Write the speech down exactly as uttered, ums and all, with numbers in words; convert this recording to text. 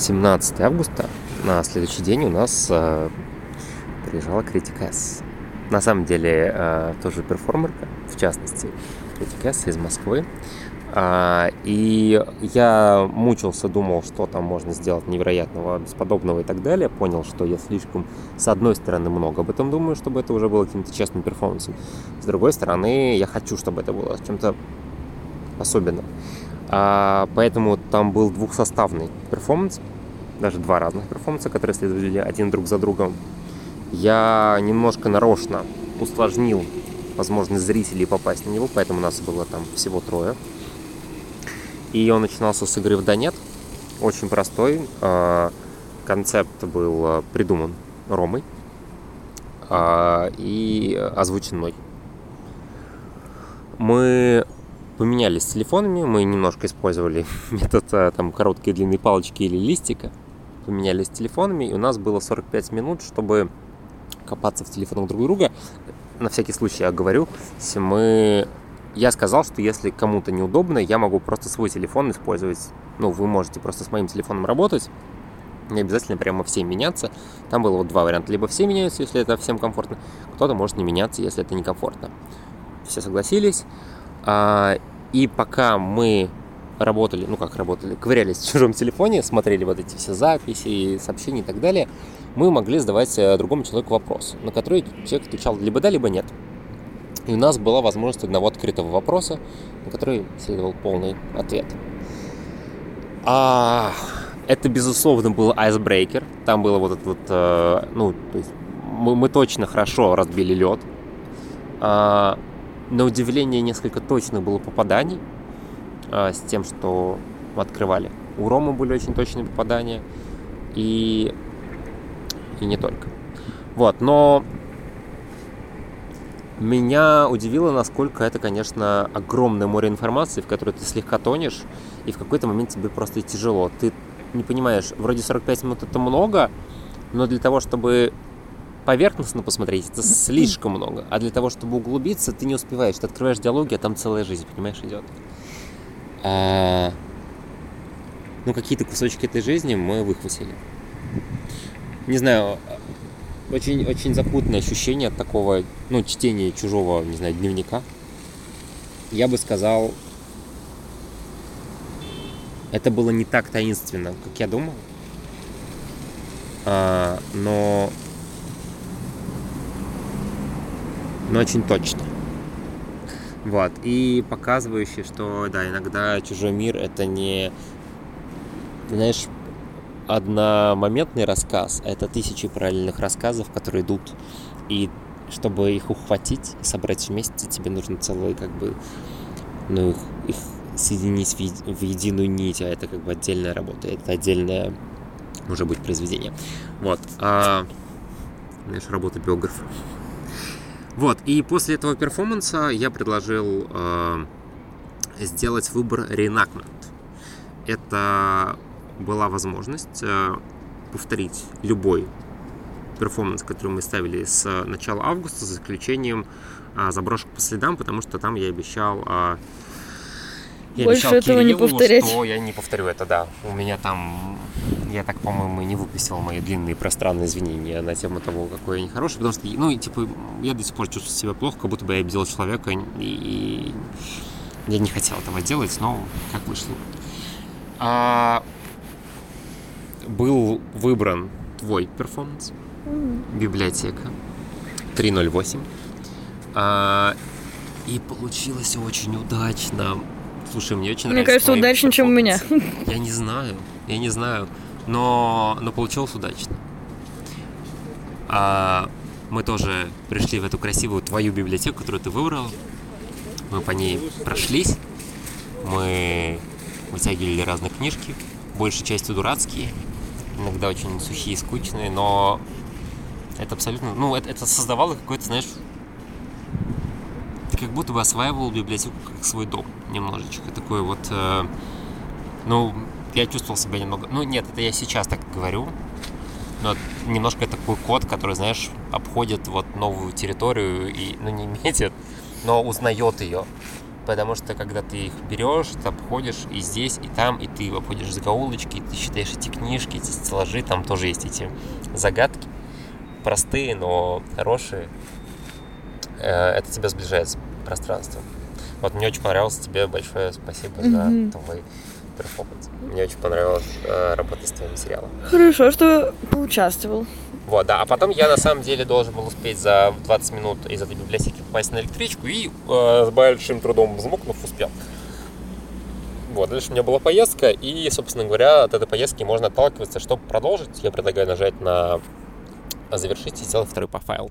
семнадцатого августа, на следующий день у нас э, приезжала Critic S. На самом деле, э, тоже перформерка, в частности, Critic S из Москвы. А, и я мучился, думал, что там можно сделать невероятного, бесподобного и так далее. Понял, что я слишком, с одной стороны, много об этом думаю, чтобы это уже было каким-то честным перформансом. С другой стороны, я хочу, чтобы это было чем-то особенным. А, поэтому там был двухсоставный перформанс, даже два разных перформанса, которые следовали один друг за другом. Я немножко нарочно усложнил возможность зрителей попасть на него, поэтому у нас было там всего трое. И он начинался с игры в да нет, очень простой. Концепт был придуман Ромой и озвучен мной. Мы поменялись с телефонами, мы немножко использовали метод там, короткие длинные палочки или листика. Поменялись с телефонами, и у нас было сорок пять минут, чтобы копаться в телефонах друг друга. На всякий случай я говорю, если мы... Я сказал, что если кому-то неудобно, я могу просто свой телефон использовать. Ну, вы можете просто с моим телефоном работать. Не обязательно прямо все меняться. Там было вот два варианта. Либо все меняются, если это всем комфортно. Кто-то может не меняться, если это некомфортно. Все согласились. И пока мы работали, ну как работали, ковырялись в чужом телефоне, смотрели вот эти все записи, сообщения и так далее, мы могли задавать другому человеку вопрос, на который человек отвечал либо да, либо нет. И у нас была возможность одного открытого вопроса, на который следовал полный ответ. А это, безусловно, был айсбрейкер. Там было вот это вот, э, ну, то есть мы, мы точно хорошо разбили лед. А, на удивление, несколько точных было попаданий а, с тем, что мы открывали. У Ромы были очень точные попадания. И, и не только. Вот, но... Меня удивило, насколько это, конечно, огромное море информации, в которой ты слегка тонешь, и в какой-то момент тебе просто тяжело. Ты не понимаешь, вроде сорок пять минут это много, но для того, чтобы поверхностно посмотреть, это слишком много. А для того, чтобы углубиться, ты не успеваешь. Ты открываешь диалоги, а там целая жизнь, понимаешь, идет. А... Ну, какие-то кусочки этой жизни мы выхватили. Не знаю... Очень, очень запутанное ощущение от такого, ну, чтения чужого, не знаю, дневника. Я бы сказал, это было не так таинственно, как я думал. А, но... Но очень точно. Вот. И показывающий, что, да, иногда чужой мир — это не, знаешь, одномоментный рассказ, а это тысячи параллельных рассказов, которые идут, и чтобы их ухватить и собрать вместе, тебе нужно целые, как бы, ну, их, их соединить в, еди- в единую нить, а это как бы отдельная работа, это отдельное, может быть, произведение. Вот. А, знаешь, работа биографа. Вот. И после этого перформанса я предложил э, сделать выбор reenactment. Это была возможность э, повторить любой перформанс, который мы ставили с начала августа, за исключением э, заброшек по следам, потому что там я обещал, э, я больше обещал этого Кириллу, не повторять. что я не повторю это, да. У меня там, я так, по-моему, не выпустил мои длинные пространные извинения на тему того, какой я нехороший, потому что, ну, типа, я до сих пор чувствую себя плохо, как будто бы я обидел человека, и, и я не хотел этого делать, но как вышло. А... Был выбран твой перформанс, библиотека триста восемь, а, и получилось очень удачно. Слушай, мне очень Мне нравится. Мне кажется, удачнее, чем у меня. Я не знаю, я не знаю, но, но получилось удачно. А, мы тоже пришли в эту красивую твою библиотеку, которую ты выбрал. Мы по ней прошлись, мы вытягивали разные книжки, большей частью дурацкие, иногда очень сухие и скучные, но это абсолютно... Ну, это, это создавало какой-то, знаешь... Ты как будто бы осваивал библиотеку как свой дом немножечко. Такой вот... Э, ну, я чувствовал себя немного... Ну, нет, это я сейчас так говорю. Но немножко такой кот, который, знаешь, обходит вот новую территорию и... Ну, не метит, но узнает ее. Потому что, когда ты их берешь, ты обходишь и здесь, и там, и ты обходишь закоулочки, и ты читаешь эти книжки, эти стеллажи, там тоже есть эти загадки. Простые, но хорошие. Это тебя сближает с пространством. Вот мне очень понравилось. Тебе большое спасибо mm-hmm. за твой перформанс. Мне очень понравилась э, работа с твоим сериалом. Хорошо, что поучаствовал. Вот, да. А потом я на самом деле должен был успеть за двадцать минут из этой библиотеки попасть на электричку и э, с большим трудом взмокнув успел. Вот, дальше у меня была поездка, и, собственно говоря, от этой поездки можно отталкиваться. Чтобы продолжить, я предлагаю нажать на завершить и сделать второй по файлу.